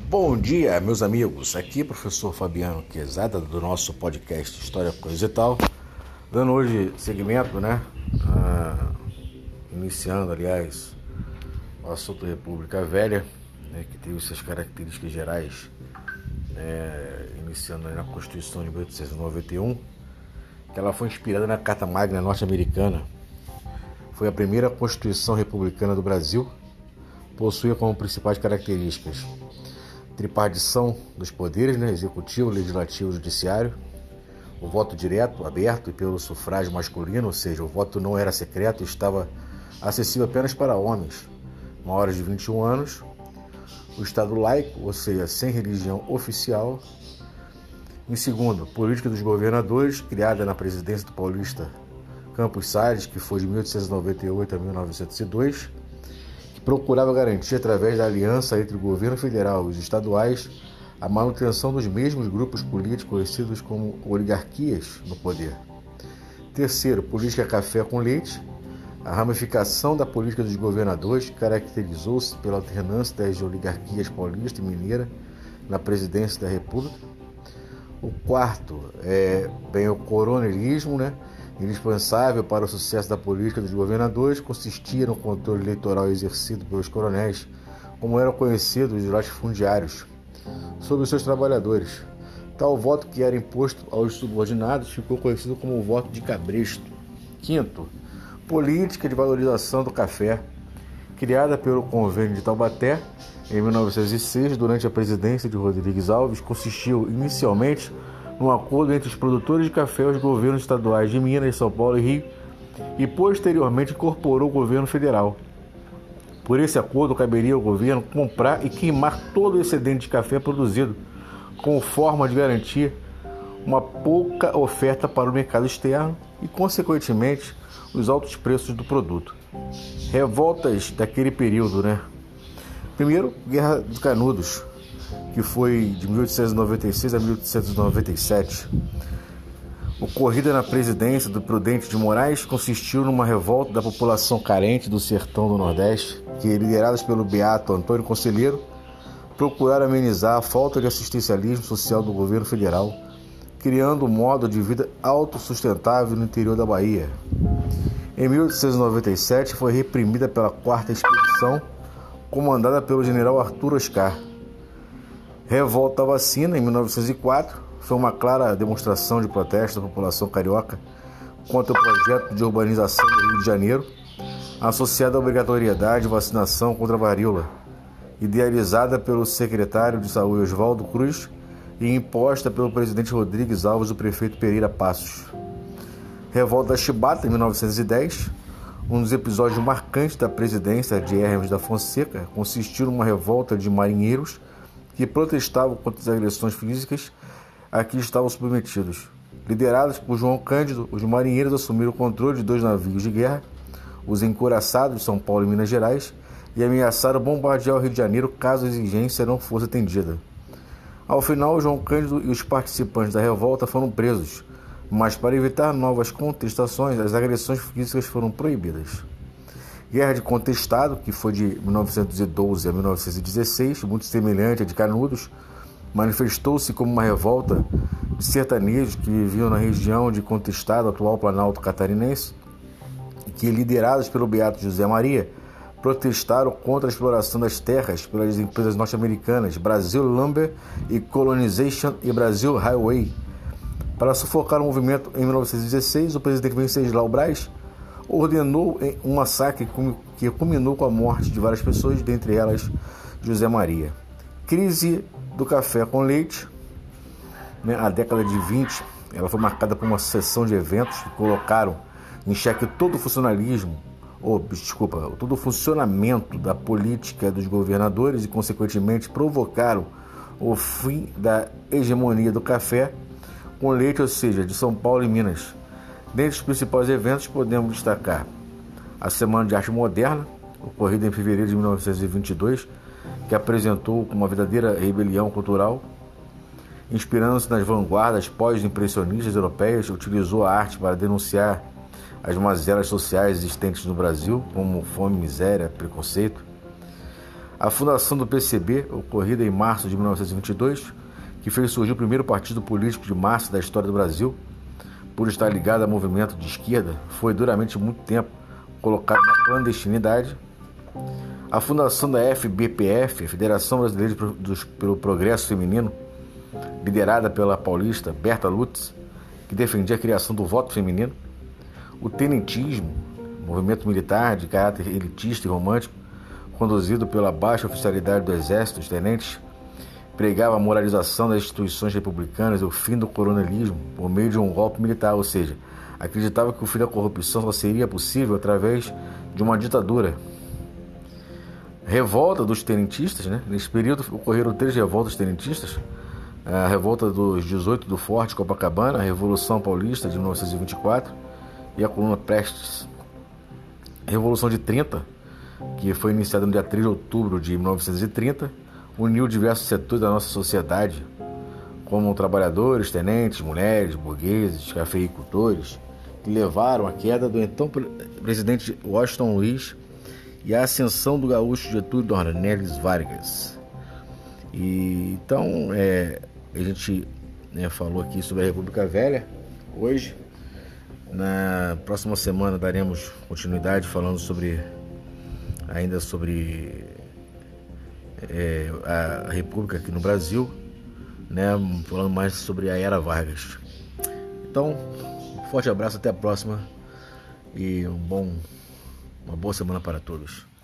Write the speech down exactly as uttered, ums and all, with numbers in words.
Bom dia, meus amigos. Aqui é o professor Fabiano Quezada do nosso podcast História, Coisa e Tal, dando hoje segmento, né? Ah, iniciando, aliás, o assunto República Velha, né, que teve suas características gerais, né, iniciando aí na Constituição de mil oitocentos e noventa e um, que ela foi inspirada na Carta Magna norte-americana. Foi a primeira Constituição republicana do Brasil, possuía como principais características tripartição dos poderes, né, executivo, legislativo e judiciário, o voto direto, aberto e pelo sufrágio masculino, ou seja, o voto não era secreto e estava acessível apenas para homens maiores de vinte e um anos, o Estado laico, ou seja, sem religião oficial. Em segundo, política dos governadores, criada na presidência do paulista Campos Salles, que foi de mil oitocentos e noventa e oito a mil novecentos e dois, procurava garantir, através da aliança entre o governo federal e os estaduais, a manutenção dos mesmos grupos políticos conhecidos como oligarquias no poder. Terceiro, política café com leite. A ramificação da política dos governadores caracterizou-se pela alternância das oligarquias paulista e mineira na presidência da República. O quarto é bem o coronelismo, né? Indispensável para o sucesso da política dos governadores, consistia no controle eleitoral exercido pelos coronéis, como eram conhecidos os latifundiários, sobre os seus trabalhadores. Tal voto, que era imposto aos subordinados, ficou conhecido como o voto de cabresto. Quinto, política de valorização do café, criada pelo Convênio de Taubaté em mil novecentos e seis, durante a presidência de Rodrigues Alves, consistiu inicialmente num acordo entre os produtores de café e os governos estaduais de Minas, São Paulo e Rio, e posteriormente incorporou o governo federal. Por esse acordo, caberia ao governo comprar e queimar todo o excedente de café produzido, como forma de garantir uma pouca oferta para o mercado externo e, consequentemente, os altos preços do produto. Revoltas daquele período, né? Primeiro, Guerra dos Canudos, que foi de mil oitocentos e noventa e seis a mil oitocentos e noventa e sete. Ocorrida na presidência do Prudente de Moraes, consistiu numa revolta da população carente do sertão do Nordeste, que, lideradas pelo beato Antônio Conselheiro, procuraram amenizar a falta de assistencialismo social do governo federal, criando um modo de vida autossustentável no interior da Bahia. Em mil oitocentos e noventa e sete, foi reprimida pela quarta Expedição, comandada pelo general Arthur Oscar. Revolta à vacina, em mil novecentos e quatro, foi uma clara demonstração de protesto da população carioca contra o projeto de urbanização do Rio de Janeiro, associado à obrigatoriedade de vacinação contra a varíola, idealizada pelo secretário de Saúde Oswaldo Cruz e imposta pelo presidente Rodrigues Alves e o prefeito Pereira Passos. Revolta da Chibata, em mil novecentos e dez, um dos episódios marcantes da presidência de Hermes da Fonseca, consistiu numa revolta de marinheiros que protestavam contra as agressões físicas a que estavam submetidos. Liderados por João Cândido, os marinheiros assumiram o controle de dois navios de guerra, os encouraçados de São Paulo e Minas Gerais, e ameaçaram bombardear o Rio de Janeiro caso a exigência não fosse atendida. Ao final, João Cândido e os participantes da revolta foram presos, mas para evitar novas contestações, as agressões físicas foram proibidas. Guerra de Contestado, que foi de mil novecentos e doze a mil novecentos e dezesseis, muito semelhante à de Canudos, manifestou-se como uma revolta de sertanejos que viviam na região de Contestado, atual Planalto Catarinense, que, liderados pelo beato José Maria, protestaram contra a exploração das terras pelas empresas norte-americanas Brasil Lumber e Colonization e Brasil Highway. Para sufocar o movimento, em mil novecentos e dezesseis, o presidente Venceslau Braz ordenou um massacre que culminou com a morte de várias pessoas, dentre elas José Maria. Crise do café com leite, né? A década de vinte, ela foi marcada por uma sucessão de eventos que colocaram em xeque todo o funcionalismo, ou, desculpa, todo o funcionamento da política dos governadores e, consequentemente, provocaram o fim da hegemonia do café com leite, ou seja, de São Paulo e Minas. Dentre os principais eventos, podemos destacar a Semana de Arte Moderna, ocorrida em fevereiro de mil novecentos e vinte e dois, que apresentou uma verdadeira rebelião cultural. Inspirando-se nas vanguardas pós-impressionistas europeias, utilizou a arte para denunciar as mazelas sociais existentes no Brasil, como fome, miséria, preconceito. A fundação do P C B, ocorrida em março de mil novecentos e vinte e dois, que fez surgir o primeiro partido político de massa da história do Brasil, por estar ligado a movimento de esquerda, foi durante muito tempo colocado na clandestinidade. A fundação da F B P F, Federação Brasileira pelo Progresso Feminino, liderada pela paulista Berta Lutz, que defendia a criação do voto feminino. O tenentismo, movimento militar de caráter elitista e romântico, conduzido pela baixa oficialidade do exército, os tenentes, pregava a moralização das instituições republicanas e o fim do coronelismo por meio de um golpe militar, ou seja, acreditava que o fim da corrupção só seria possível através de uma ditadura. Revolta dos tenentistas, né? Nesse período ocorreram três revoltas tenentistas: a revolta dos dezoito do Forte Copacabana, a Revolução Paulista de mil novecentos e vinte e quatro e a Coluna Prestes. A Revolução de trinta, que foi iniciada no dia três de outubro de mil novecentos e trinta, uniu diversos setores da nossa sociedade, como trabalhadores, tenentes, mulheres, burgueses, cafeicultores, que levaram à queda do então presidente Washington Luiz e a ascensão do gaúcho Getúlio Dornelles Vargas. E, então, é, a gente né, falou aqui sobre a República Velha hoje. Na próxima semana daremos continuidade falando sobre ainda sobre é, a República aqui no Brasil, né, falando mais sobre a Era Vargas. Então, um forte abraço, até a próxima e um bom, uma boa semana para todos.